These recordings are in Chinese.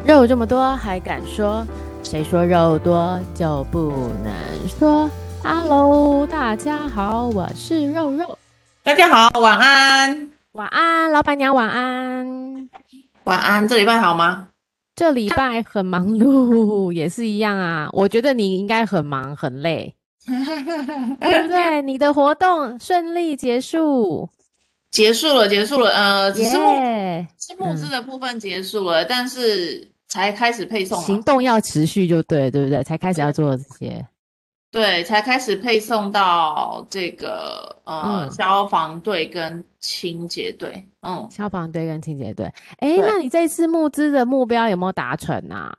肉这么多还敢说？谁说肉多就不能说？Hello，大家好，我是肉肉。 大家好，晚安。 晚安，老板娘晚安。 晚安，这礼拜好吗？ 这礼拜很忙碌，也是一样啊。我觉得你应该很忙很累，对不对？你的活动顺利结束， 结束了，结束了。只是耶、 募资的部分结束了，但是才开始配送嘛。 行动要持续就对，对不对？才开始要做这些。 对，才开始配送到这个嗯， 消防队跟清洁队。 消防队跟清洁队。诶，那对。 你这次募资的目标有没有达成啊？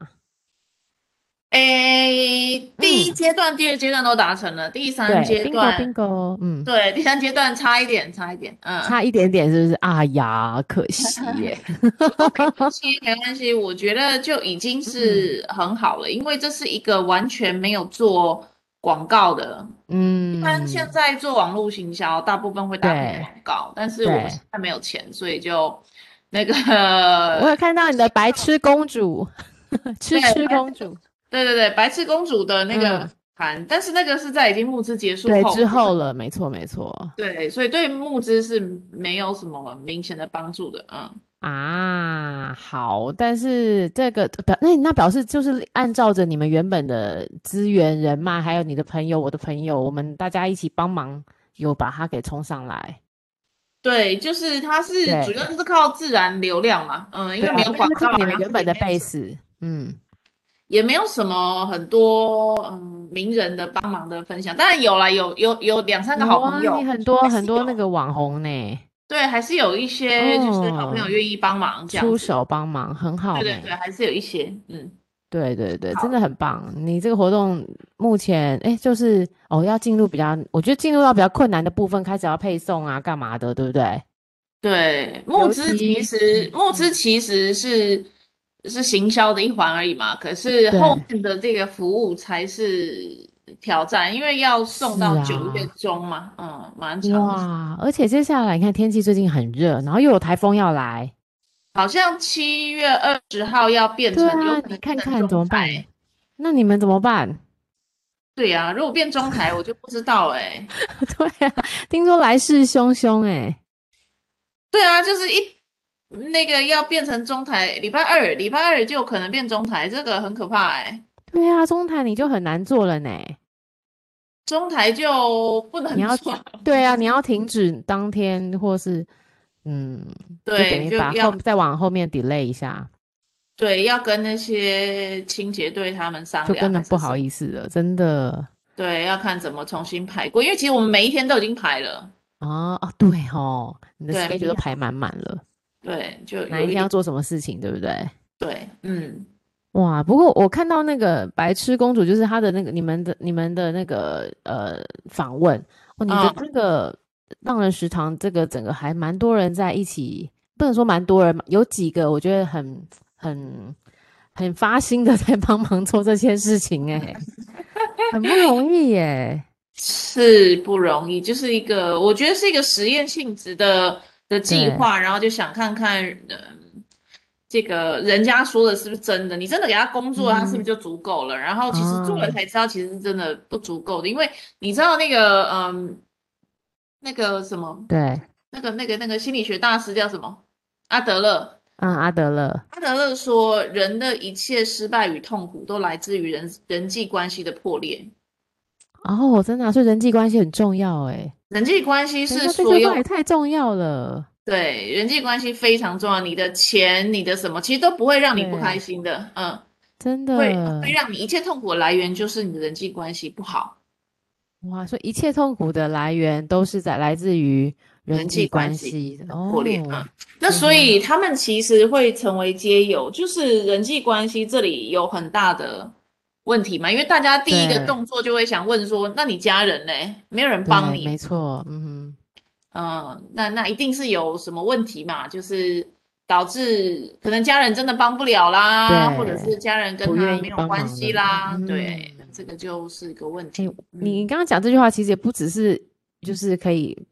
第一嗯， 阶段、第二阶段都达成了，第三对，bingo 阶段， bingo， 对，第三阶段差一点，差一点。 差一点点是不是？哎呀，可惜耶。 不过没关系，没关系，我觉得就已经嗯是很好了，因为这是一个完全没有做广告的。一般现嗯， 在做网络行销，大部分会搭配对广告，但是我们对， 现在没有钱，所以就那个我有看到你的白痴公主， 对吃吃公主。 对对对，白痴公主的那个嗯， 盘，但是那个是在已经募资结束对， 后， 之后了，没错没错。 对，所以对募资是没有什么明显的帮助的。 啊，好，但是这个那表示就是按照着你们原本的资源人脉，还有你的朋友、我的朋友，我们大家一起帮忙，有把它给冲上来。 对，就是它是主要对就是靠自然流量嘛。因对啊， 为没有因为这就是广告， 你们原本的然后 base。 也没有什么很多名人的帮忙的分享，当然有啦，有两三个好朋有啊，你友， 很多还很多那是有。 个网红呢。 对，还是有一些就是好朋友哦， 愿意帮忙这样子。 出手帮忙很好呢。 对对对，还是有一些。 对对对，真好。 的很棒。你这个活动目前，哎，就是要进入比较，我觉得进入到比较困难的部分，开始要配送啊，干嘛的，对不对？ 对， 尤其， 募资其实是行销的一环而已嘛，可是后对， 面的这个服务才是挑战，因为要送是到9月啊， 中嘛。蛮长的。 哇，而且接下来你看天气最近很热，然后又有台风要来， 好像7月20号要变成，有对啊， 可能变你看看怎成中么办？ 台。 那你们怎么办？ 对呀，如果变中台，我就不知道哎。 对啊，听说来势汹汹哎。 对啊，就是那个要变成中台，礼拜二就有可能变中台，这个很可怕哎。 对啊，中台你就很难做了呢。 中台就不你要能做。 对啊，你要停止当天，或是嗯，就等对， 于把再往后面 delay 一下， 对，要跟那些清洁队他们商就量真的不好还是什么。 意思了，真的。 对，要看怎么重新排过，因为其实我们每一天都已经排了。 对哦，你的对，每 schedule 都天排满满了， 对，就哪一天要有一点。 做什么事情，对不对？ 对。 哇，不过我看到那个白痴公主，就是她的那个你们的那个访问哦，你的嗯， 这个浪人食堂这个整个还蛮多人在一起，不能说蛮多人，有几个我觉得很很发心的在帮忙做这件事情，诶，很不容易耶。 是不容易，就是一个我觉得是一个实验性质的计对， 划，然后就想看看，这个人家说的是不是真的？你真的给他工作，他是不是嗯就足够了？然后其实做了啊， 才知道，其实是真的不足够的，因为你知道那个，那个什么， 对， 那个心理学大师叫什么？阿德勒。 阿德勒， 阿德勒说，人的一切失败与痛苦都来自于人际关系的破裂。 哦，真的啊所以人际关系很重要，诶。 人际关系是等一下，这句话也所有。 太重要了。 对，人际关系非常重要，你的钱、你的什么，其实都不会让你不开对， 心的。 真会的。 让你一切痛苦的来源就是你的人际关系不好。 哇，所以一切痛苦的来源都是来自于人人际际关关系系的破裂。 哦。 那嗯哼， 所以他们其实会成为街友，就是人际关系这里有很大的问题嘛，因为大家第一个对动作就会想问说，那你家人嘞？没有人帮对， 你。 没错，嗯那一定是有什么问题嘛，就是导致可能家人真的帮不了哼， 啦，或者对， 是家人跟不愿意他没有关帮忙的， 系啦。对， 嗯。 这个就是一个问哎， 题。 你刚刚讲这句话，其实也不只是就是可以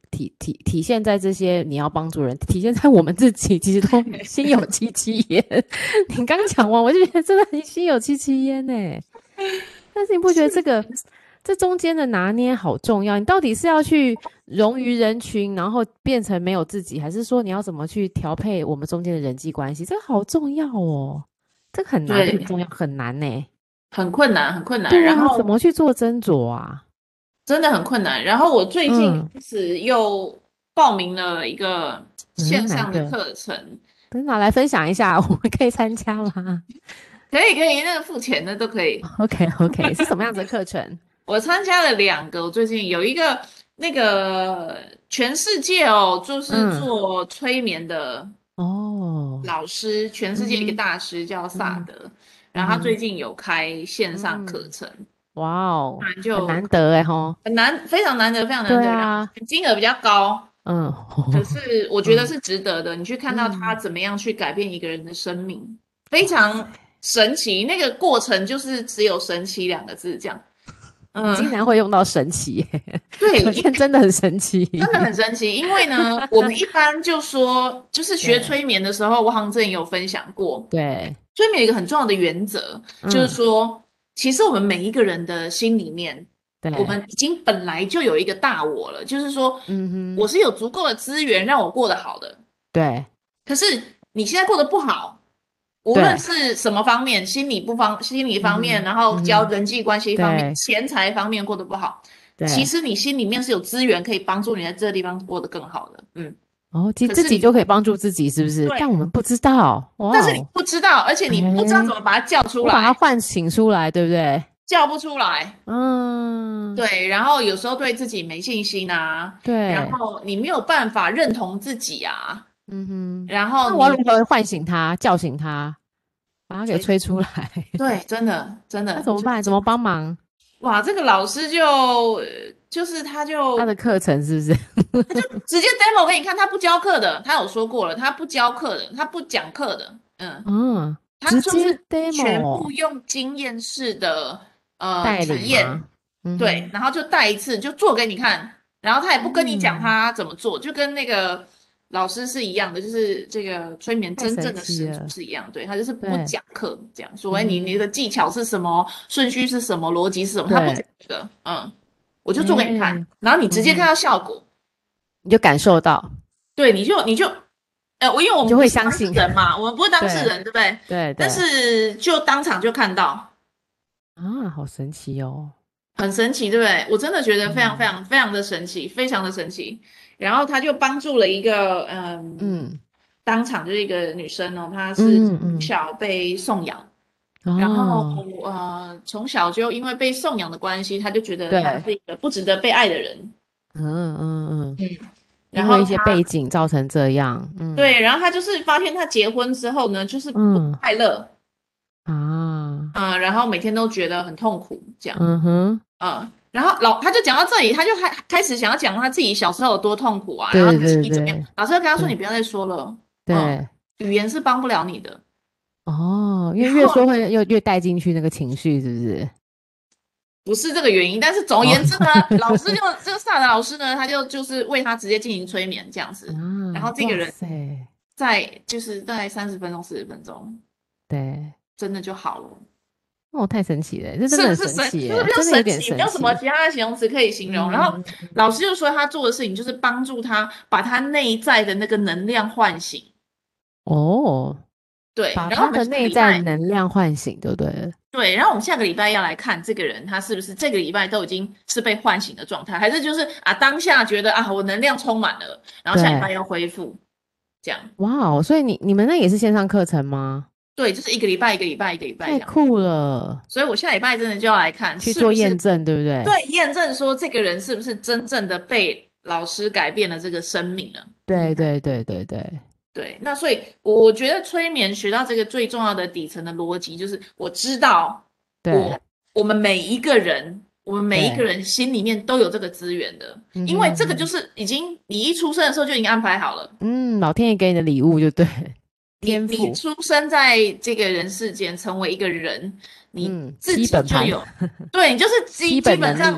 体现在这些你要帮助人，体现在我们自己，其实都心有戚戚焉。你刚讲完，我就觉得真的很心有戚戚焉呢。但是你不觉得这中间的拿捏好重要？你到底是要去融于人群，然后变成没有自己，还是说你要怎么去调配我们中间的人际关系？这个好重要哦，这个很难， 对， 很重要，很难呢。 很困难，很困难。 对啊， 然后怎么去做斟酌啊？ 真的很困难。然后我最近嗯开始又报名了一个线上的哪一个？ 课程， 等哪来分享一下，我们可以参加吗可以可以，那个付钱的都可以。 ？OK OK，是什么样子的课程？ 我参加了2个，我最近有一个那个全世界哦，就是嗯， 做催眠的哦， 老师，全世界一个嗯哼， 大师叫嗯哼， 萨德，然后他最嗯哼， 近有开线上课嗯， 程， 哇哦， 不然很就难得哎吼。 很难，非常难得，非常难对得。然后啊， 金额比较高， 嗯， 可是我觉得嗯是值得的。你去看到他嗯， 怎么样去改变一个人的生命，非常神奇。那个过程就是只有“神奇”2个字这样。 你竟嗯， 然会用到神奇耶， 对， 可见真的很神奇。 真的很神奇。因为呢，我们一般就说，就是学对催眠的时候，我好像之前有分享过， 对， 催眠有一个很重要的原则，就是嗯， 说，其实我们每一个人的心里面，我对， 们已经本来就有一个大我了，就是说， 嗯哼， 我是有足够的资源让我过得好的。 对可是你现在过得不好，无论对， 是什么方面，心理方面， 嗯哼， 然后嗯哼， 人际关系方面、 对钱财方面过得不好，其对。 实你心里面是有资源可以帮助你在这个地方过得更好的。嗯， 哦，其实自己可是你就可以帮助自己，是不是？但对， 我们不知道，哇但是你哦， 不知道，而且哎， 你不知道怎么把它叫出我把它来， 唤醒出来，对不对？ 叫不出来。 嗯， 对，然后有时候对自己没信心啊，然对， 后你没有办法认同自己啊， 嗯哼， 然后那我要你如何唤醒他、叫醒他，把他给催出来？ 对，真的真的那怎么办？怎么帮忙？ 哇，这个老师就是他就他的课程是不是？ 直接 demo 给你看，他不教课的，他有说过了，他不教课的，他不讲课的， 嗯， 他直接就是全部 demo 用经验式的带体验， 领吗？嗯对， 哼， 然后就带一次就做给你看，然后他也不跟你讲嗯， 他怎么做，就跟那个老师是一样的，就是这个催眠太神真正的始祖奇了， 是一样，对，他就是不对， 讲课这样，所谓你嗯哼， 的技巧是什么，顺序是什么，逻辑是什么，他不讲对， 这个，我就做给你看， 哎， 然后你直接看嗯哼， 到效果。 你就感受到， 对，你就，因为我你就们不是当事会相信， 人嘛，我们不是当事对人，对不对？但对对。 是就当场就看到， 啊，好神奇哦！ 很神奇，对不对？我真的觉得非常非嗯常非常的神奇，非常的神奇。然后他就帮助了一个， 嗯当场就是一个女生哦，她是从嗯嗯， 小被送养，然后哦， 从小就因为被送养的关系，她就觉得她对， 是一个不值得被爱的人， 嗯嗯嗯， 嗯，然因为一些后她背景造成这样， 对，然后她就是发现她结婚之后呢，就是不嗯快乐。 啊， 然后每天都觉得很痛苦，这样， 嗯哼， 然后他就讲到这里，他就开始想要讲他自己小时候有多痛苦啊，然后对他经历怎么样， 对对老师就跟他说：“你对不要再说了， 对， 语言是帮不了你的。” 哦，因为然后越说会越带进去那个情绪，是不是？ 不是这个原因，但是总而哦， 言之呢，老师就这个萨德老师呢，他就是为他直接进行催眠这样子，然后啊， 这个人哇塞， 就是大概30分钟、40分钟， 对， 真的就好了。 哦，太神奇了，这真的很是不是是不是神奇耶， 比较真的有点神奇？没有什么神奇， 其他的形容词可以形容。然后嗯， 老师就说他做的事情就是帮助他把他内在的那个能量唤醒。 哦， 对， 把然后我们他的内下个礼拜， 在能量唤醒，对不对？ 对，然后我们下个礼拜要来看这个人，他是不是这个礼拜都已经是被唤醒的状态，还是就是当下觉得我能量充满了，然后下礼拜对。 要恢复，这样。 哇哦，所以你们那也是线上课程吗？ 对，就是一个礼拜一个礼拜一个礼拜这样。 太酷了， 所以我下礼拜真的就要来看去做是不是验证，对不对？ 对验证说这个人是不是真正的被老师改变了这个生命呢？ 对对对对对对，那所以我觉得催眠学到这个最重要的底层的逻辑，就是我知道对我们每一个人，我们每一个对， 人心里面都有这个资源的， 嗯因为这个就哼是已经你一出生的时候就已经安排好了， 老天爷给你的礼物就对， 你天赋， 出生在这个人世间，成为一个人，你自基本盘， 己就有，对你就是基基本本上能力，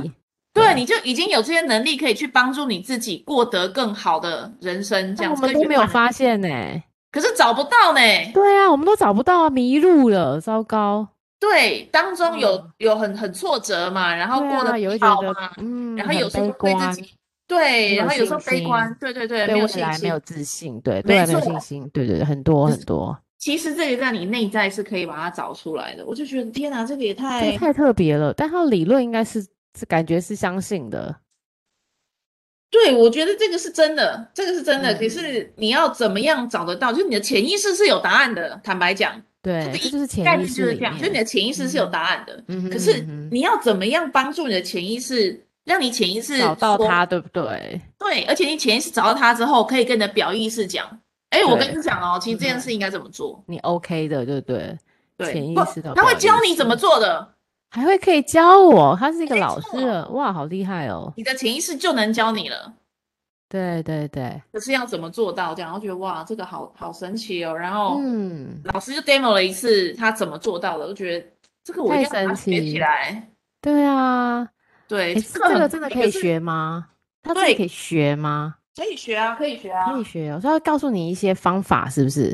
对，你就已经有这些能力可以去帮助你自己过得更好的人生，这样子。 但我们都没有发现呢。 可是找不到呢。 对啊，我们都找不到啊，迷路了，糟糕。 对，当中嗯， 有很挫折嘛，然后对啊， 过得不也会觉得好嘛，然后有很悲时候对自观， 己，对， 没有信然后有时候悲观， 心， 对对对， 对没有未来没有信心， 自信，对未来没有没错。 信心，对对对，很多很多。 其实这个在你内在是可以把它找出来的，我就觉得天哪，这个也太。 这个太特别了，但他的理论应该是感觉是相信的。 对，我觉得这个是真的，这个是真的。可嗯， 是你要怎么样找得到？就是你的潜意识是有答案的。坦白讲，它对， 的这就是潜概意识念就是这样，就是你里面。 的潜意识是有嗯哼， 答案的。 嗯哼可是嗯哼， 你要怎么样帮助你的潜意识，让你潜意找识说到他，对不对？ 对，而且你潜意识找到它之后，可以跟你的表意识讲，哎，我跟对， 你讲哦，其实这件事嗯哼， 应该怎么做？ 你 OK 的，对不对？ 对，不， 潜意识到他会表意识， 教你怎么做的。 还会可以教我，他是一个没老师错， 了，哇，好厉害哦！ 你的潜意识就能教你了。 对对对， 可是要怎么做到这样？我觉得哇，这个好神奇哦。然后嗯， 老师就 demo 了一次他怎么做到的，我觉得这个我一定要把太神它学起奇， 来。 对啊， 对， 诶， 课很贵， 这个真的可可是以学吗？他真的可以对， 学吗？ 可以学啊，可以学可以啊。 学哦，他会告诉你一些方法，是不是？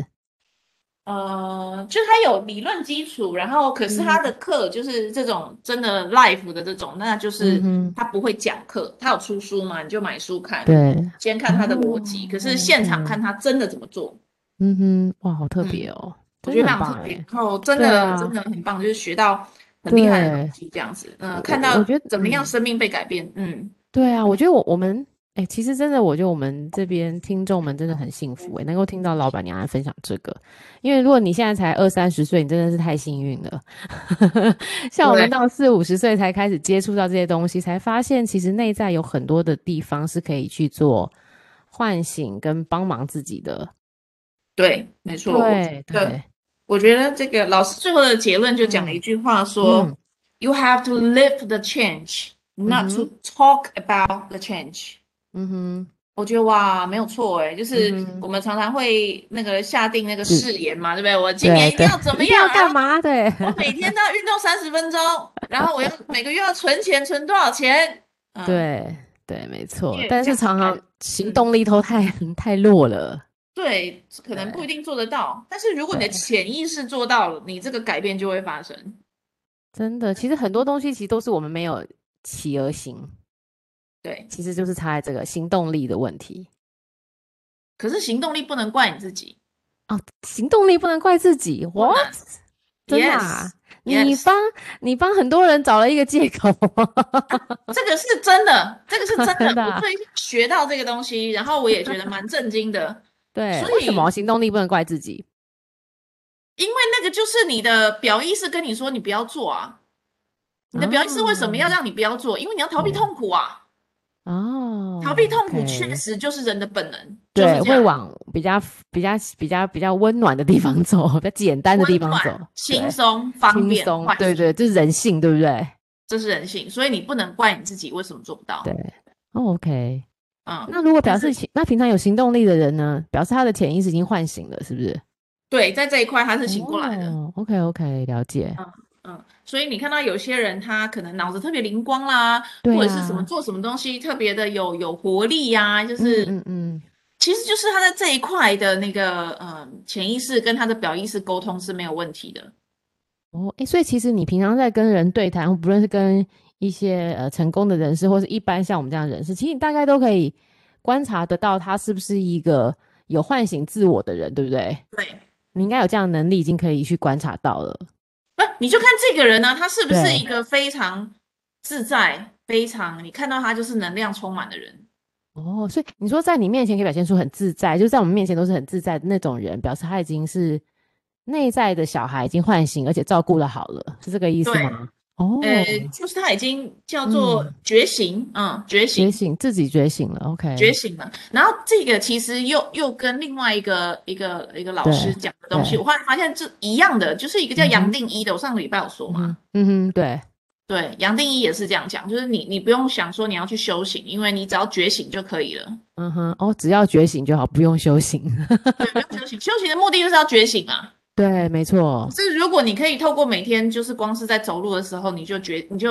就是他有理论基础，然后可是他的嗯课就是这种真的 life 的这种，那就是嗯哼， 他不会讲课，他有出书嘛，你就买书看， 对， 先看他的逻辑，可是哦现场看 ，OK， 他真的怎么做。 嗯哼，哇，好特别嗯， 哦，真的我觉得非很棒哎。 常特别，然后真的真对啊， 的很棒，就是学到很厉害的东对， 西，这样子，看到我觉得， 怎么样生命被改变， 对啊，我觉得我们，哎，其实真的，我觉得我们这边听众们真的很幸福哎，能够听到老板娘来分享这个。因为如果你现在才20、30岁，你真的是太幸运了。像我们对到40、50岁才开始接触到这些东西，才发现其实内在有很多的地方是可以去做唤醒跟帮忙自己的。 对，没错， 对对， 我觉得这个老师最后的结论就讲了一嗯句话说嗯 ，You have to live the change, 嗯 not to 哼 talk about the change。 嗯哼我觉得哇，没有错诶，就是我嗯哼， 们常常会那个下定那个是， 誓言嘛，对不对？我今年对对， 一定要怎么一定要样，然后干嘛？对。 我每天都要运动30分钟，然后我要每个月要存钱，存多少钱？ 对对，没错， 因为但这样子才， 是常常行动力都太弱了。 对，可能不一对定做得到，但是如果你的对， 潜意识做到了，你这个改变就会发生。 真的，其实很多东西其实都是我们没有起而行， 对， 其实就是差在这个行动力的问题。 可是行动力不能怪你自己， 哦，行动力不能怪自己不能。 ，what？真的啊？ Yes, 你 yes， 帮很多人找了一个借口吗？ 这个是真的，这个是真的。 真的啊？ 我最近学到这个东西，然后我也觉得蛮震惊的。 对， 所为什么以， 行动力不能怪自己？ 因为那个就是你的表意识跟你说你不要做啊，你的表意识为什么要哦让你不要做？因为你要逃避哦痛苦啊。逃避哦痛苦确 ，OK。 实就是人的本能，就是对， 这样。 会往比较温暖的地方走，比较简单的地方走， 温暖、轻对， 松、方便、 轻松， 唤醒， 对对，这是人性，对不对？ 这是人性，所以你不能怪你自己为什么做不对， 到。 哦，OK。 嗯， 那如果但是表示那平常有行动力的人呢？表示他的潜意识已经唤醒了，是不是？ 对，在这一块他是醒过来的。 哦，OK OK，了解。 所以你看到有些人他可能脑子特别灵光啦，或者是什么对啊， 做什么东西特别的有活力呀、就嗯是嗯嗯， 其实就是他在这一块的那个潜意识跟他的表意识沟通是没有问题的。 哦，诶，所以其实你平常在跟人对谈，不论是跟一些成功的人士，或是一般像我们这样的人士，其实你大概都可以观察得到他是不是一个有唤醒自我的人，对不对？ 对， 你应该有这样的能力，已经可以去观察到了。 不，你就看这个人呢、他是不是一对， 个非常自在、非常你看到他就是能量充满的人。 哦，所以你说在你面前可以表现出很自在，就在我们面前都是很自在的那种人，表示他已经是内在的小孩已经唤醒，而且照顾的好了，是这个意思对， 吗？哦， 就是他已经叫做嗯， 觉醒，觉醒。 觉醒，自己觉醒了，OK， 觉醒了。然后这个其实又跟另外一个老师对讲的东西， 对， 我后来发现这一样的，就是一个叫杨嗯哼， 定一的，我上个礼拜有说嘛。 嗯哼，嗯哼，对， 对，杨定一也是这样讲，就是你不用想说你要去修行，因为你只要觉醒就可以了。 嗯哼，哦，只要觉醒就好，不用修行。 对，不用修行，修行的目的就是要觉醒啊。 对，没错， 可是如果你可以透过每天就是光是在走路的时候，你就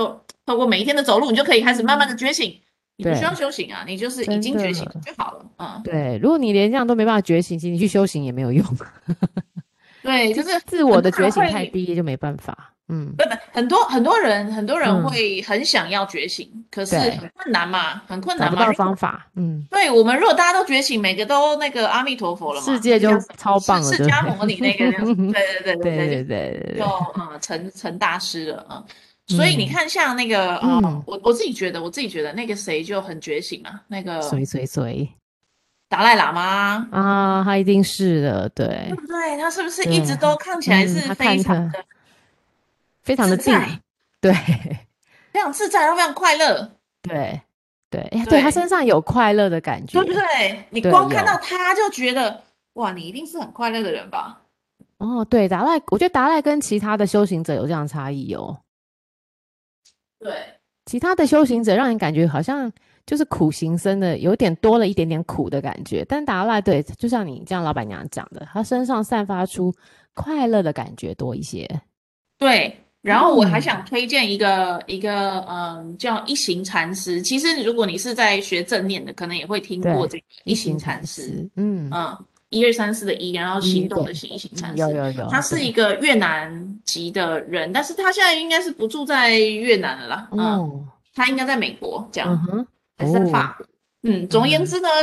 透过每一天的走路，你就可以开始慢慢的觉醒。你不需要对， 修行啊，你就是已真经觉醒了的， 就好了。嗯， 对，如果你连这样都没办法觉醒，其实你去修行也没有用， 对， 就就是自我的很多人觉醒太会， 低就没办法。嗯很多人嗯， 会很想要觉醒，可是对， 很困难嘛，很困难嘛。 找不到如果方法。嗯， 对我们如果大家都觉醒，每个都那个阿弥陀佛了嘛，那世界就个叫什么释超棒了，对不对？ 释迦牟尼那个叫什么？对对对对对， 对对对对就对， 成大师了啊。所以你嗯看，像那个嗯， 我自己觉得那个谁就很觉醒啊，那个谁达赖喇嘛， 啊，他一定是的，对对不对？他是不是一直对， 都看起来是他非看他常的非常的定， 自在， 对非常自在，然后非常快乐？ 对对，哎呀，对他身对， 上有快乐的感对不觉， 对？你对， 光看到有他就觉得，哇，你一定是很快乐的人吧？ 哦，对，我觉得达赖跟其他的修行者有这样的差异哦。 对， 其他的修行者让人感觉好像就是苦行僧的，有点多了一点点苦的感觉。但达赖对，就像你这样老板娘讲的，他身上散发出快乐的感觉多一些。 对，然后我还嗯， 想推荐一个叫一行禅师。其实如果你是在学正念的，可能也会听过对， 这个一行一行禅禅师。 师，嗯， 1、2、3、4的一，然后行动的对， 行，一行嗯， 禅师。 有， 他是一对， 个越南籍的人，但是他现在应该是不住在越南了啦。 哦， 他应该在美国这样， 嗯哼， 还是在哦， 法国。总而言嗯， 之呢，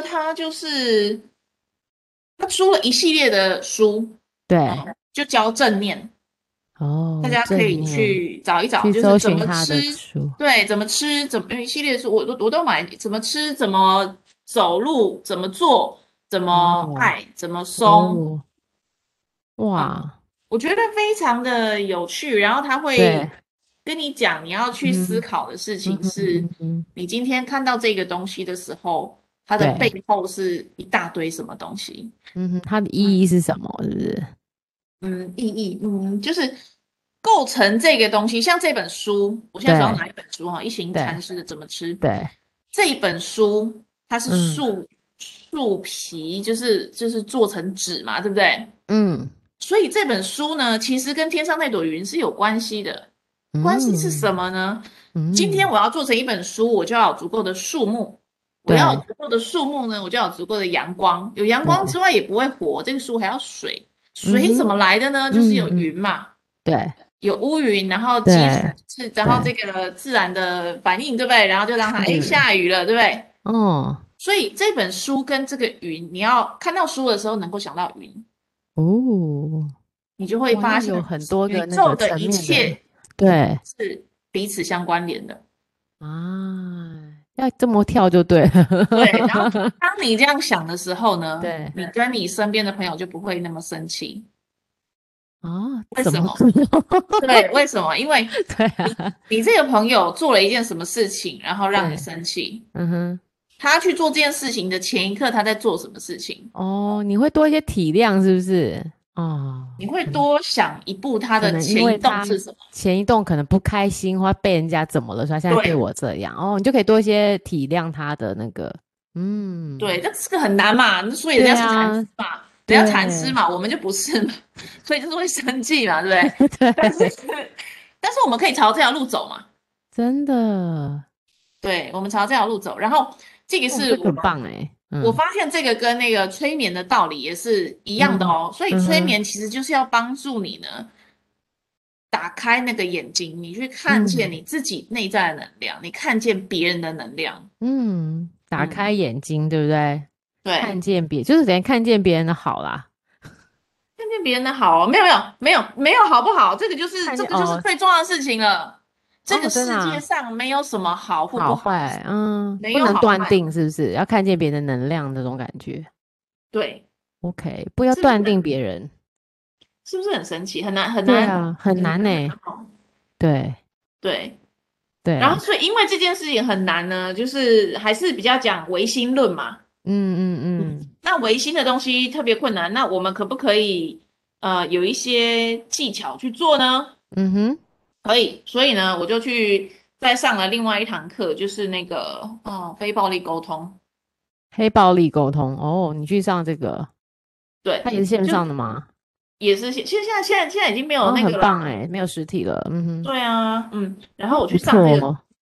他出了一系列的书， 对， 就教正念。大哦， 家可以正念， 去找一找， 去搜就是怎寻他么吃， 的书， 对，怎么吃，有一系列书我都买，怎么吃，怎么走路，怎么做，怎么哦， 爱，怎么松， 哦， 嗯， 哇， 我觉得非常的有趣。然后他对， 会跟你讲，你要去思嗯考的事嗯哼情是，你今天看到这个东西的时候，它的背对。 后是一大堆什么东西。 嗯哼，它的嗯意义是什么？是不是？ 意义，就是构成这个东西。像这本书，我现在手上对拿一本书哈，《一行对禅师的怎么吃》 对， 这一本书，它是嗯树皮，就是做成纸嘛，对不对？ 嗯所以这本书呢，其实跟天上那朵云是有关系的。关系是什嗯么呢？今天嗯， 我要做成一本书，我就要有足够的树木。我要有对足够的树木呢，我就要有足够的阳光。有阳光对， 之外也不会活，这个树还要水。 嗯哼， 水怎么来的呢？就是有嗯嗯， 云嘛， 对有乌云，然后基础对是，然后这对， 个自然的反应，对不对？然后就让它是下雨了，对不对？ 哦所以这本书跟这个云，你要看到书的时候能够想到云， 哦， 你就会哇，那发现有很多宇个那个宙的一层面的， 切对是彼此相关联的。 啊，要这么跳就对对，然后了， 当你这样想的时候呢， 对你跟你身边的朋友就不会那么生气。 啊， 为什么？ 怎么做？ 对，为什么？因为对你啊， 你这个朋友做了一件什么事情，然后让你对， 生气。 嗯哼。 他去做这件事情的前一刻，他在做什么事情？ 哦，你会多一些体谅，是不是？哦， 你会多想一步，他可能因的前一为他动是什么？ 前一动可能不开心，或被人家怎么了，所以他现在对对我这样。哦，你就可以多一些体谅他的那个， 对，这个很难嘛。所以人家是禅师对啊， 嘛，人家禅师对嘛，我们就不是嘛，所以就是会生气嘛，对不对？但是对， 但是我们可以朝这条路走嘛。 真的， 对，我们朝这条路走。然后这个哦， 是我这个很棒哎， 我发现这个跟那个催眠的道理也是一样的嗯哦。所以催哼眠其实就是要帮助你呢，打开那个眼睛，你去看见嗯你自己内在的能量，你看见别人的能量。 打开嗯， 眼睛，对不对？看对， 见就是等于看见别人的好啦， 看见别人的好哦，没有好不好？这个就是看这个就是见哦最重要的事情了。这个哦，真的世界啊。 上没有什么好或不好， 好坏， 没不能有好坏。 断定是不是？要看见别人的能量那种感觉。 对， OK，不要是不是断定别人。 是不是很神奇？很难很难对啊，很很难难呢。 哦。 对对。然后， 对， 所以因为这件事情很难呢，就是还是比较讲唯心论嘛。那唯心的东西特别困难，那我们可不可以有一些技巧去做呢？ 嗯哼， 可以，所以呢，我就去再上了另外一堂课，就是那个非暴力沟通。 黑暴力沟通哦，你去上这个， 对， 它也是线就上的吗？ 也是现在已经没有哦，很那个啦。 棒哎，没有实体了。嗯哼， 对啊，然后我去不错上这个哦。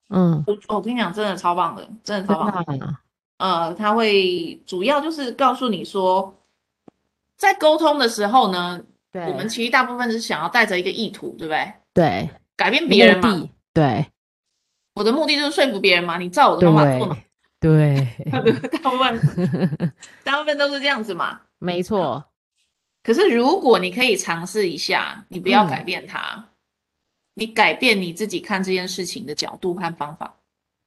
我跟你讲，真的超棒的，真的超真的棒的。 啊。 他会主要就是告诉你说，在沟通的时候呢，我们对其实大部分是想要带着一个意图，对不对？ 对， 改变一个别人嘛。 目的，对我的目的就是说服别人嘛，你照我的方法做嘛。 对对， 大部分大部分都是这样子嘛。 没错。 可是如果你可以尝试一下，你不要改嗯， 变它，你改变你自己看这件事情的角度和方法，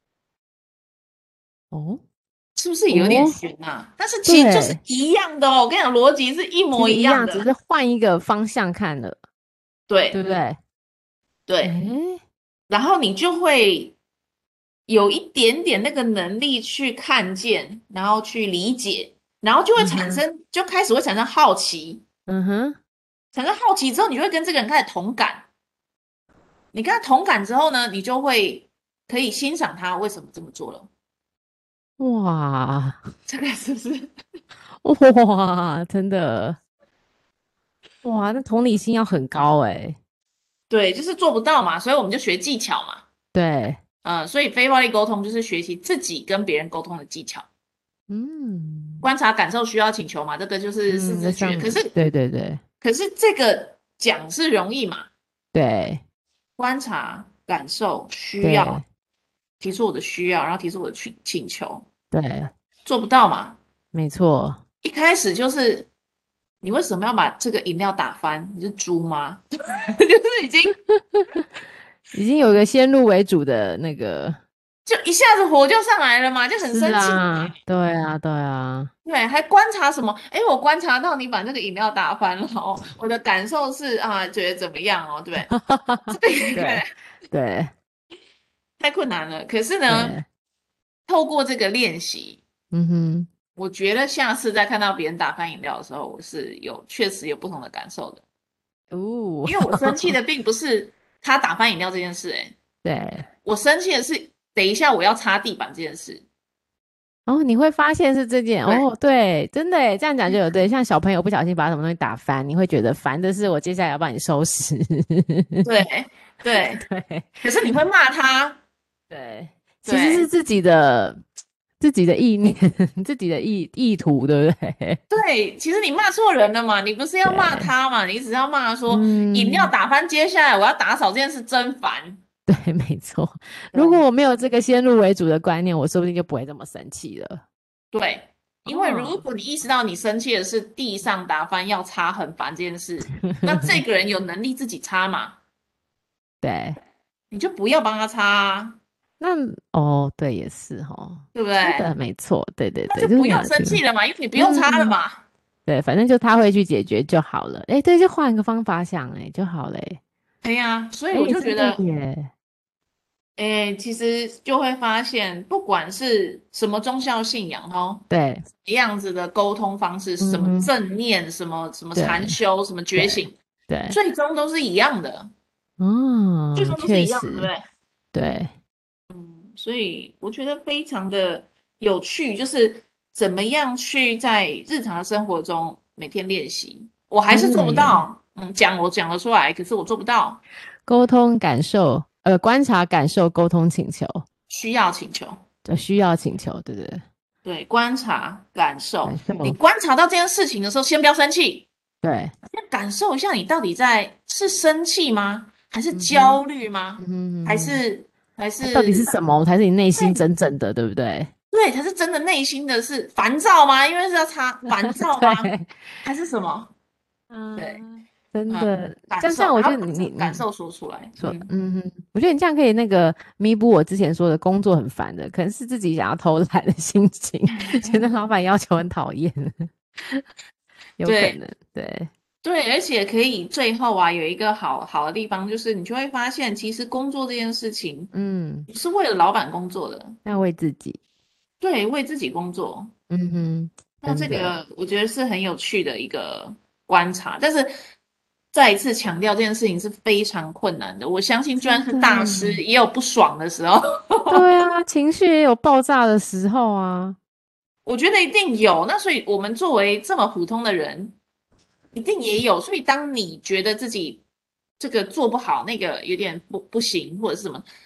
哦是不是有点哦， 悬啊？但是其实就是对， 一样的哦。我跟你讲，逻辑是一模其实一样，只一样的。 是换一个方向看了，对对不对？ 对， 诶， 然后你就会有一点点那个能力去看见，然后去理解，然后就会嗯哼， 产生，就开始会产生好奇， 嗯哼， 产生好奇之后，你就会跟这个人开始同感。你跟他同感之后呢，你就会可以欣赏他为什么这么做了。 哇这个是不是？ 哇，真的哇，那同理心要很高诶。 对，就是做不到嘛，所以我们就学技巧嘛。 对， 所以非暴力沟通就是学习自己跟别人沟通的技巧， 嗯观察、感受、需要、请求嘛，这个就是四那字诀。可上， 是， 对对对可是这个讲是容易嘛， 对观察、感受、需对要，提出我的需要，然后提出我的请求， 对， 做不到嘛。 没错。 一开始就是你为什么要把这个饮料打翻？你是猪吗？就是已经已经有一个先入为主的那个， 就一下子火就上来了嘛，就很是生气。 啊，对啊，对啊， 对，还观察什么？哎，我观察到你把那个饮料打翻了哦，我的感受是啊，觉得怎么样哦？对不对？这个对对太困难了。可是呢， 对， 透过这个练习， 嗯哼， 我觉得下次再看到别人打翻饮料的时候，我是确实有不同的感受的。 哦， 因为我生气的并不是他打翻饮料这件事，哎， 对， 我生气的是等一下我要擦地板这件事。 哦，你会发现是这件， 对哦，对，真的耶，这样讲就有对，像小朋友不小心把什么东西打翻，你会觉得烦的是我接下来要帮你收拾， 对对， 对可是你会骂他。 对，其实是对自己的意念，自己的意图，对不对？ 对，其实你骂错人了嘛，你不是要骂对， 他嘛，你只要骂说饮料嗯。 打翻，接下来我要打扫这件事真烦。 对，没错。如果对我没有这个先入为主的观念，我说不定就不会这么生气了。 对，因为如哦， 果你意识到你生气的是地上打翻要擦很烦这件事，那这个人有能力自己擦嘛， 对， 你就不要帮他擦啊， 那哦，对，也是哦， 对不说的对？ 没错，对对对，就是那就不要你讲的这个， 生气了嘛，因为你不用擦了嗯， 嘛。 对，反正就他会去解决就好了。哎，对，就换个方法想，哎，就好了。 对呀，所以哎， 我就觉真的得， 耶， 其实就会发现，不管是什么宗教信仰哦， 对， 样子的沟通方式，什么嗯哼， 正念，什么禅对修，什么觉对醒， 对， 最终都是一样的，最嗯， 终都是一样的，对不确实， 对？ 对， 所以我觉得非常的有趣，就是怎么样去在日常的生活中每天练习。我还是真做不的耶， 到，我讲得出来，可是我做不到， 沟通感受，观察感受，沟通请求。 需要请求。 需要请求，对不对？ 对，观察、感受。 感受， 你观察到这件事情的时候，先不要生气， 对， 先感受一下你到底是生气吗？还是嗯哼， 焦虑吗？ 嗯哼嗯还哼， 是还它到底是是什么才是你内心对真正的，对不对？ 对，才是真的内心的是烦躁吗？因为是要擦烦躁吗？ 对， 还是什么？对， 嗯，真的，这样这样， 感受， 我然后把觉得你你这个感受说出来。 说，嗯哼，我觉得你这样可以那个弥补我之前说的工作很烦的，可能是自己想要偷懒的心情，觉得老板要求很讨厌，有可对能，对， 对，而且可以最后啊有一个好的地方，就是你就会发现，其实工作这件事情嗯， 不是为了老板工作的， 要为自己， 对，为自己工作。 嗯哼， 那这真的， 个我觉得是很有趣的一个观察，但是再一次强调这件事情是非常困难的。我相信，就算是真的。 大师，也有不爽的时候， 对啊，情绪也有爆炸的时候啊。 我觉得一定有。那所以，我们作为这么普通的人，一定也有。所以，当你觉得自己这个做不好，那个有点不行，或者是什么，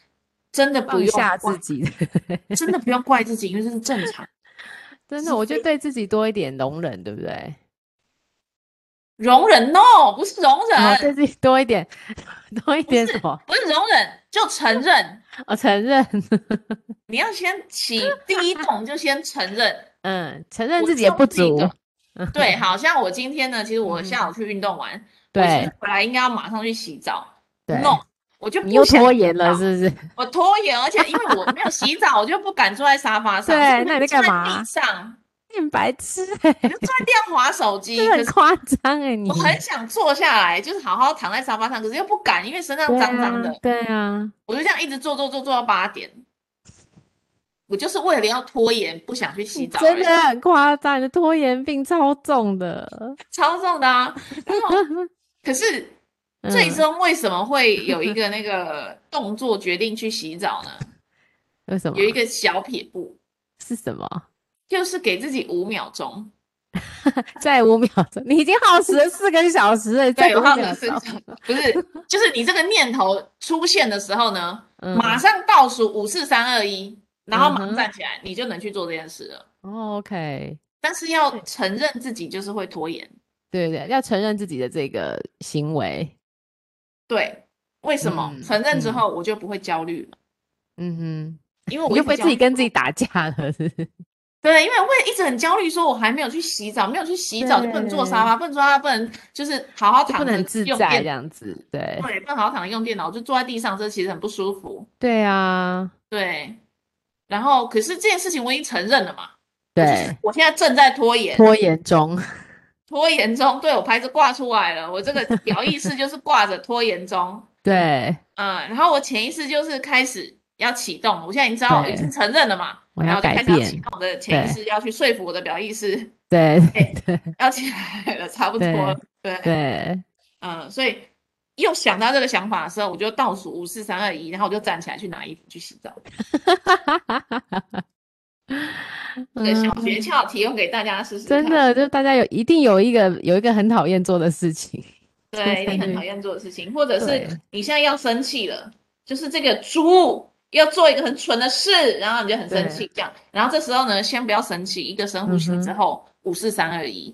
真的不用放下自己， 真的不用怪自己，因为这是正常。 真的，我觉得对自己多一点容忍，对不对？ 容忍 no， 不是容忍， 对自己多一点，多一点什么？ 不是容忍，就承认。 承认。 你要先起第一动，就先承认。 承认自己的不足。 对，好像我今天呢，其实我下午去运动完，我其实本来应该要马上去洗澡，no，我就不想。 你又拖延了，是不是？ 我拖延，而且因为我没有洗澡，我就不敢坐在沙发上。 对，那你在干嘛？ 地上。 你白痴我就坐在地上滑手机， 很夸张你。 我很想坐下来，就是好好躺在沙发上，可是又不敢，因为身上脏脏的。 对啊。 我就这样一直坐到8点。我就是为了要拖延，不想去洗澡。 真的很夸张，你的拖延病超重的， 超重的啊！可是最终为什么会有一个那个动作决定去洗澡呢？ 为什么？ 有一个小撇步是什么？ 就是给自己5秒钟。 再5秒钟，你已经耗时了4个小时了。 对，有耗时4个小时，不是，就是你这个念头出现的时候呢，马上倒数5、4、3、2、1，然后马上站起来，你就能去做这件事了。 OK， 但是要承认自己就是会拖延。 对，要承认自己的这个行为。 对，为什么？承认之后我就不会焦虑了。因为我就不会自己跟自己打架了，是不是？ 对，因为我会一直很焦虑，说我还没有去洗澡，没有去洗澡就不能坐沙发，不能坐沙发，不能就是好好躺着， 不能自在这样子。对， 不能好好躺着用电脑，就坐在地上，这其实很不舒服。 对啊， 对。然后，可是这件事情我已经承认了嘛？ 对， 我现在正在拖延中。 对，我牌子挂出来了，我这个表意识就是挂着拖延中。 对， 然后我潜意识就是开始要启动，我现在已经知道，已经承认了嘛， 然后就开始要启动我的潜意识，要去说服我的表意识， 对， 要起来了，差不多了，对，所以又想到这个想法的时候，我就倒数5、4、3、2、1，然后我就站起来去拿衣服去洗澡。这个小诀窍提供给大家试试看。 真的，就大家一定有一个很讨厌做的事情。 对，一定很讨厌做的事情，或者是你现在要生气了，就是这个猪要做一个很蠢的事，然后你就很生气这样。然后这时候呢，先不要生气，一个深呼吸之后，5、4、3、2、1。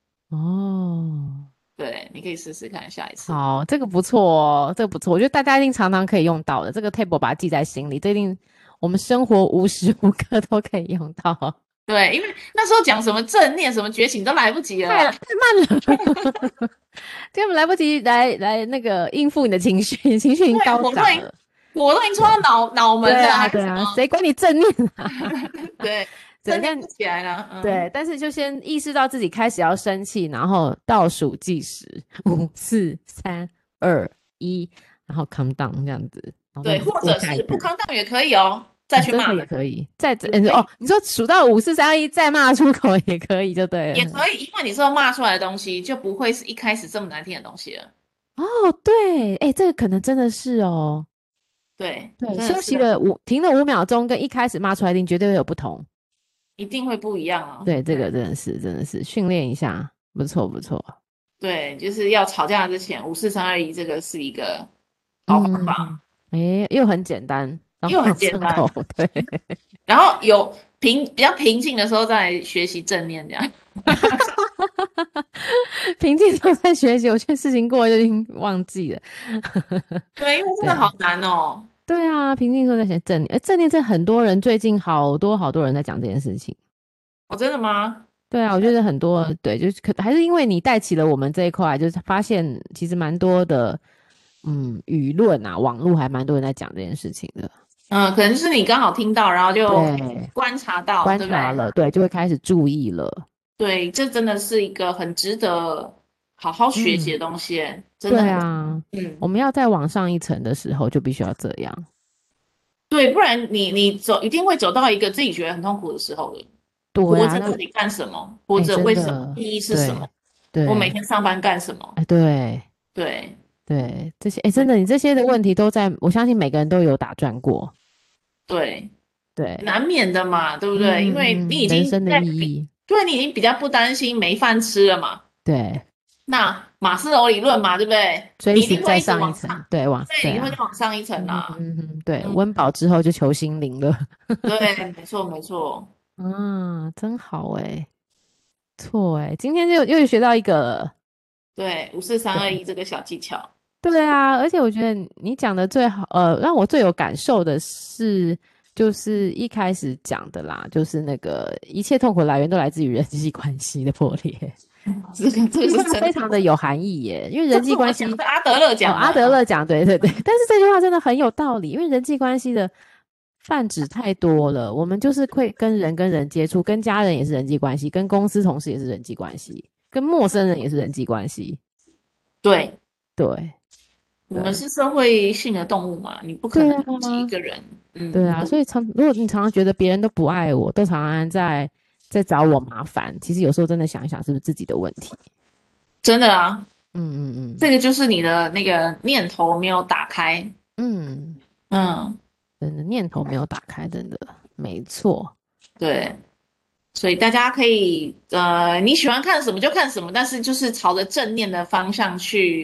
对，你可以试试看下一次。 好，这个不错哦，这个不错，我觉得大家一定常常可以用到的。这个 table 把它记在心里，这一定我们生活无时无刻都可以用到。 对，因为那时候讲什么正念、什么觉醒都来不及了， 太慢了，根本来不及来那个应付你的情绪，情绪已经高涨了， 我都已经冲到脑门了。 对啊，谁管你正念啊？ 对。正念起来了， 对，但是就先意识到自己开始要生气，然后倒数计时，5、4、3、2、1，然后 calm down 这样子。 对，或者是不 calm down 也可以哦，再去骂也可以，你说数到5、4、3、2、1再骂出口也可以，就对了。 也可以，因为你说骂出来的东西就不会是一开始这么难听的东西了。 对，这个可能真的是哦。 对， 休息了停了5秒钟，跟一开始骂出来一定绝对会有不同。 一定会不一样哦。 对，这个真的是训练一下，不错。 对，就是要吵架之前5、4、3、2、1，这个是一个好方法。 又很简单， 又很简单。 对， 然后有比较平静的时候再来学习正念，这样。 平静的时候再学习，我觉得事情过了就已经忘记了。 对，因为真的好难哦。 对啊，平静的时候在学正念，正念这很多人最近好多人在讲这件事情。 真的吗？ 对啊，我觉得很多对，就是还是因为你带起了我们这一块，就是发现其实蛮多的，舆论啊，网络还蛮多人在讲这件事情的。 可能是你刚好听到，然后就观察了， 对，就会开始注意了。 对，这真的是一个很值得好好学习的东西，真的。 对啊，我们要再往上一层的时候，就必须要这样。 对，不然你一定会走到一个自己觉得很痛苦的时候的。 对啊，活着到底干什么？活着为什么？意义是什么？ 对， 我每天上班干什么？ 对，这些真的，你这些的问题都在，我相信每个人都有打转过。 对， 对， 难免的嘛，对不对？因为你已经人生的意义， 对，你已经比较不担心没饭吃了嘛。 对， 那马斯洛理论嘛，对不对？ 追你一定寻再会一直上一层， 往上， 对， 对，你会对啊， 再往上一层啦。 对， 嗯， 温饱之后就求心灵了。 对，没错没错。 真好哎，错哎，今天就又学到一个了。 对，5432-1这个小技巧。 对啊，而且我觉得你讲的最好，让我最有感受的是，就是一开始讲的啦，就是那个一切痛苦来源都来自于人际关系的破裂， 这个这句话是真的， 非常的有含义耶。因为这人际关系， 不是我讲，是阿德勒讲的。 阿德勒讲，对对对，但是这句话真的很有道理，因为人际关系的泛指太多了，我们就是会跟人接触，跟家人也是人际关系，跟公司同事也是人际关系，跟陌生人也是人际关系， 对。 对。 我们是社会性的动物嘛，你不可对啊， 能自己一个人。 对啊，所以如果你常常觉得别人都不爱我，都常常在找我麻烦，其实有时候真的想一想，是不是自己的问题？ 真的啊。 这个就是你的那个念头没有打开。 嗯， 嗯， 真的念头没有打开，真的没错。 对，所以大家可以你喜欢看什么就看什么，但是就是朝着正念的方向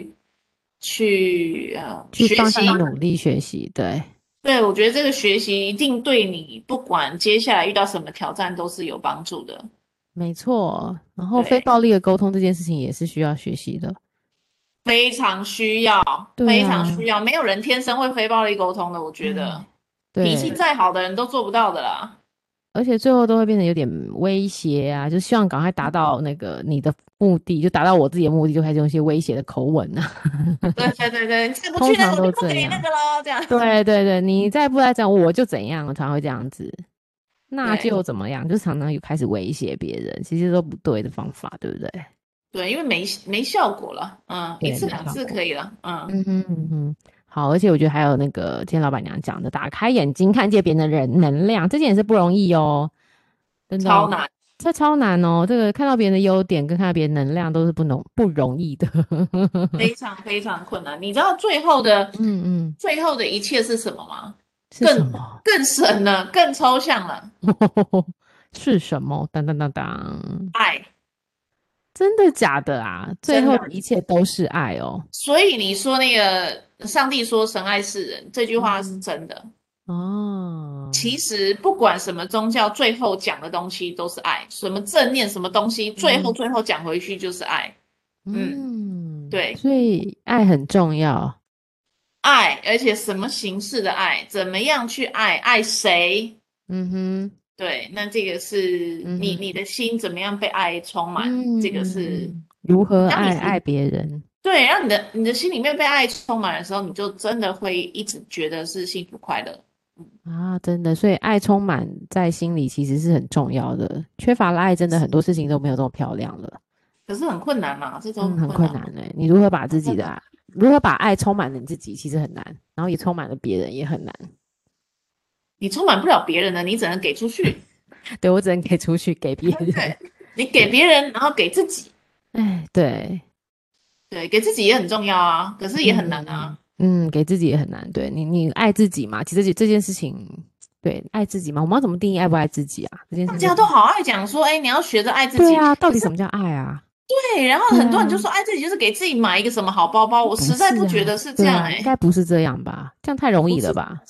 去方学习。 向努力学习，对， 对，我觉得这个学习一定对你不管接下来遇到什么挑战都是有帮助的。 没错。然后非对， 暴力的沟通这件事情也是需要学习的。 非常需要，非常对啊， 需要，没有人天生会非暴力沟通的，我觉得脾气对， 再好的人都做不到的啦。 而且最后都会变成有点威胁啊，就希望赶快达到那个你的目的，就达到我自己的目的，就开始用一些威胁的口吻啊。 对对对对，你再不去那个， 通常都我就不给你那这样。 个咯，这样。 对对对，你再不来讲，我就怎样，才会这样子。那对就怎么样，就常常有开始威胁别人，其实都不对的方法，对不对？ 对，因为没效果了。一对， 次两没效果。 次可以了。 好，而且我觉得还有那个今天老板娘讲的，打开眼睛看见别人的人能量，这件也是不容易哦，真的哦， 超难。 这超难哦。这个看到别人的优点跟看到别人能量都是不容易的。 非常非常困难。你知道最后的，最后的一切是什么吗？ 是什么？ 更深了，更抽象了。 是什么？当当当当， 爱。 真的假的啊？最真的。 后一切都是爱哦。 所以你说那个上帝说神爱世人这句话是真的。其实不管什么宗教，最后讲的东西都是爱。什么正念，什么东西，最后讲回去就是爱。对， 所以爱很重要。 爱，而且什么形式的爱，怎么样去爱，爱谁？对，那这个是你的心怎么样被爱充满？这个是如何爱别人？ 对，让你的心里面被爱充满的时候，你就真的会一直觉得是幸福快乐。 真的，所以爱充满在心里其实是很重要的。缺乏了爱，真的很多事情都没有这么漂亮了。 可是很困难嘛，这种很困难哎。你如何把自己的爱，如何把爱充满了你自己，其实很难，然后也充满了别人，也很难。 你充满不了别人的，你只能给出去。 对，我只能给出去，给别人。 对，你给别人，然后给自己。 对， 给自己也很重要啊，可是也很难啊。 给自己也很难。对你爱自己嘛？其实这件事情，对，爱自己嘛，我们要怎么定义爱不爱自己啊？这件事情大家都好爱讲说，你要学着爱自己。 对啊，到底什么叫爱啊？ 对，然后很多人就说爱自己就是给自己买一个什么好包包，我实在不觉得是这样。 应该不是这样吧？这样太容易了吧？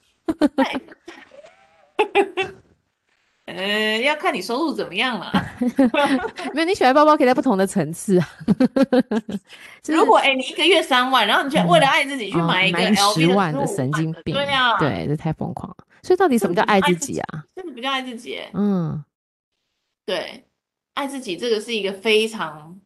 要看你收入怎么样了。 没有，你喜欢包包可以在不同的层次啊。 如果你一个月3万，然后你就为了爱自己去买一个 LV 10万的的神经病， 对啊， 对，这太疯狂了。所以到底什么叫爱自己啊？ 这个不叫爱自己。对，爱自己这个是一个非常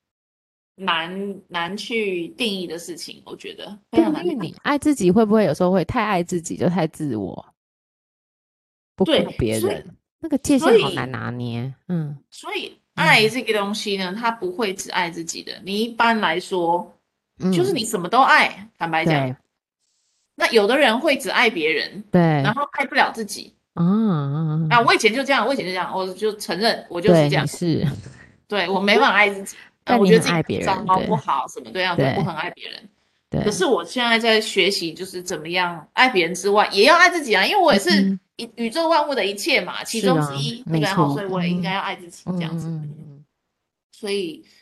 难去定义的事情，我觉得非常难去定义。 你爱自己会不会有时候会太爱自己就太自我，不顾别人？那个界限好难拿捏。 所以爱这个东西呢，它不会只爱自己的。你一般来说，就是你什么都爱。坦白讲，那有的人会只爱别人， 对， 然后爱不了自己。我以前就这样，我就承认我就是这样。 是， 对，我没办法爱自己。 但我觉得自己爱别人不好什么对样，不很爱别人。 对， 可是我现在在学习，就是怎么样爱别人之外，也要爱自己啊，因为我也是宇宙万物的一切嘛，其中之一，对不对？所以我也应该要爱自己这样子。所以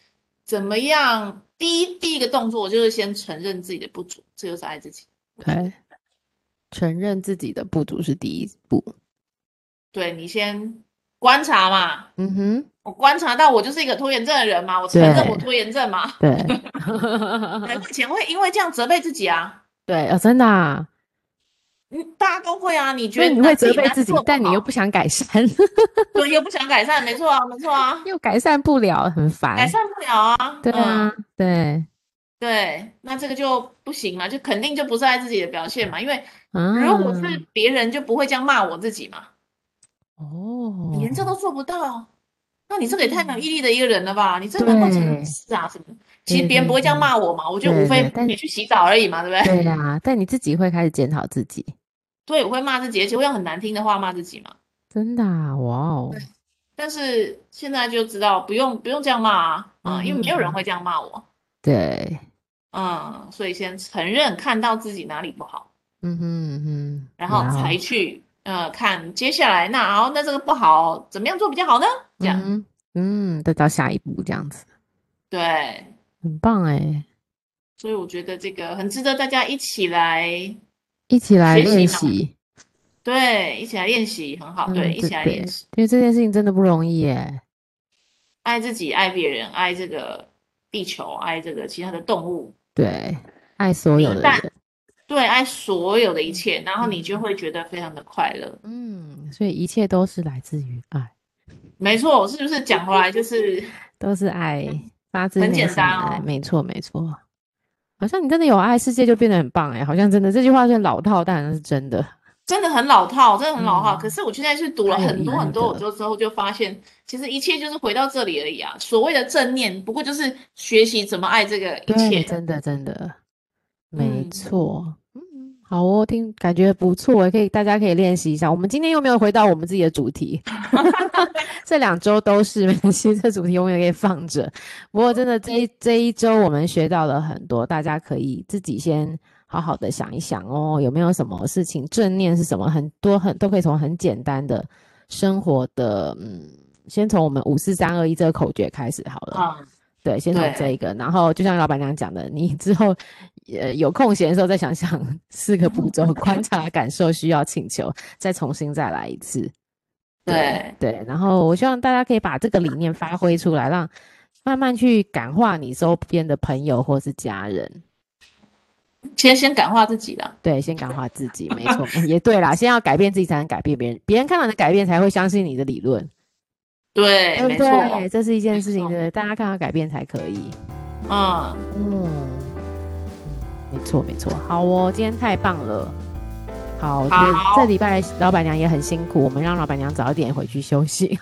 怎么样？第一个动作就是先承认自己的不足，这就是爱自己。 对，承认自己的不足是第一步。 对，你先观察嘛。 嗯哼， 我观察到我就是一个拖延症的人嘛，我承认我拖延症嘛。 对， 以前会因为这样责备自己啊。 对，真的啊。 大家都会啊。你觉得所以你会自己哪责备自己， 做不好？ 但你又不想改善， 对，又不想改善，没错啊，没错啊， 又改善不了，很烦。 改善不了啊。 对啊，对对，那这个就不行嘛，就肯定就不是爱自己的表现嘛。因为如果是啊， 别人，就不会这样骂我自己嘛。你连这哦， 都做不到，那你这个也太没有毅力的一个人了吧？你这能够成对， 事啊什么的？其实对别人不会这样对对骂我嘛，我就无对对， 非你去洗澡而已嘛，对不对？ 对呀，但你自己会开始检讨自己， 对，我会骂自己，而且会用很难听的话骂自己嘛。 真的啊，哇哦， 但是现在就知道不用这样骂因为没有人嗯哼， 会这样骂我。 对， 所以先承认看到自己哪里不好， 嗯哼嗯哼， 然后才哇哦， 去看接下来那这个不好怎么样做比较好呢？这样。 嗯哼，再到下一步这样子， 对， 很棒哎， 所以我觉得这个很值得大家一起来一起来练学习嘛。 习， 对，一起来练习很好。对，一起来对， 练习， 因为这件事情真的不容易耶， 爱自己，爱别人，爱这个地球，爱这个其他的动物。 对，爱所你一旦有的人。 对爱所有的一嗯切，然后你就嗯会觉得非常的快乐。 所以一切都是来自于爱， 没错，我是不是讲回来就是都是爱，发自内很简单心的爱， 哦？ 没错没错。好像你真的有爱，世界就变得很棒哎，好像真的这句话是老套，但是真的， 真的很老套，真的很老套。可嗯， 是我现在是读了蛮有意很多很多，我义的， 之后就发现，其实一切就是回到这里而已啊。所谓的正念，不过就是学习怎么爱这个一对， 切。 真的真的没嗯， 错。好哦，感觉不错，大家可以练习一下。我们今天又没有回到我们自己的主题，这2周都是没关系，这主题永远可以放着。不过真的这一周我们学到了很多，大家可以自己先好好的想一想哦，有没有什么事情正念是什么？很多都可以从很简单的生活的，先从我们54321这个口诀开始好了。对，先从这对， 一个，然后就像老板娘讲的，你之后有空闲的时候再想想4个步骤：观察、感受、需要、请求，再重新再来一次。对对， 对，然后我希望大家可以把这个理念发挥出来，让慢慢去感化你周边的朋友或是家人。 先感化自己啦。 对，先感化自己，没错，也对啦，先要改变自己才能改变别人，别人看到你的改变才会相信你的理论， 对， 对不没错， 对？这是一件事情， 没错。 对不对？大家看到改变才可以。 嗯， 嗯。没错，没错，好哦，今天太棒了。好，这好， 礼拜老板娘也很辛苦，我们让老板娘早一点回去休息。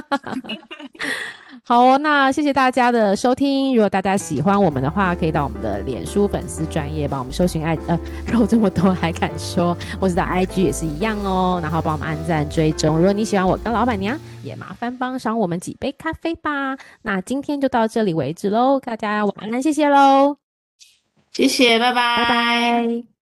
好哦，那谢谢大家的收听。如果大家喜欢我们的话，可以到我们的脸书粉丝专页帮我们搜寻肉这么多还敢说，或是到 IG 也是一样哦。然后帮我们按赞追踪。如果你喜欢我跟老板娘，也麻烦帮赏我们几杯咖啡吧。那今天就到这里为止喽，大家晚安，谢谢喽， 谢谢，拜拜拜。 拜。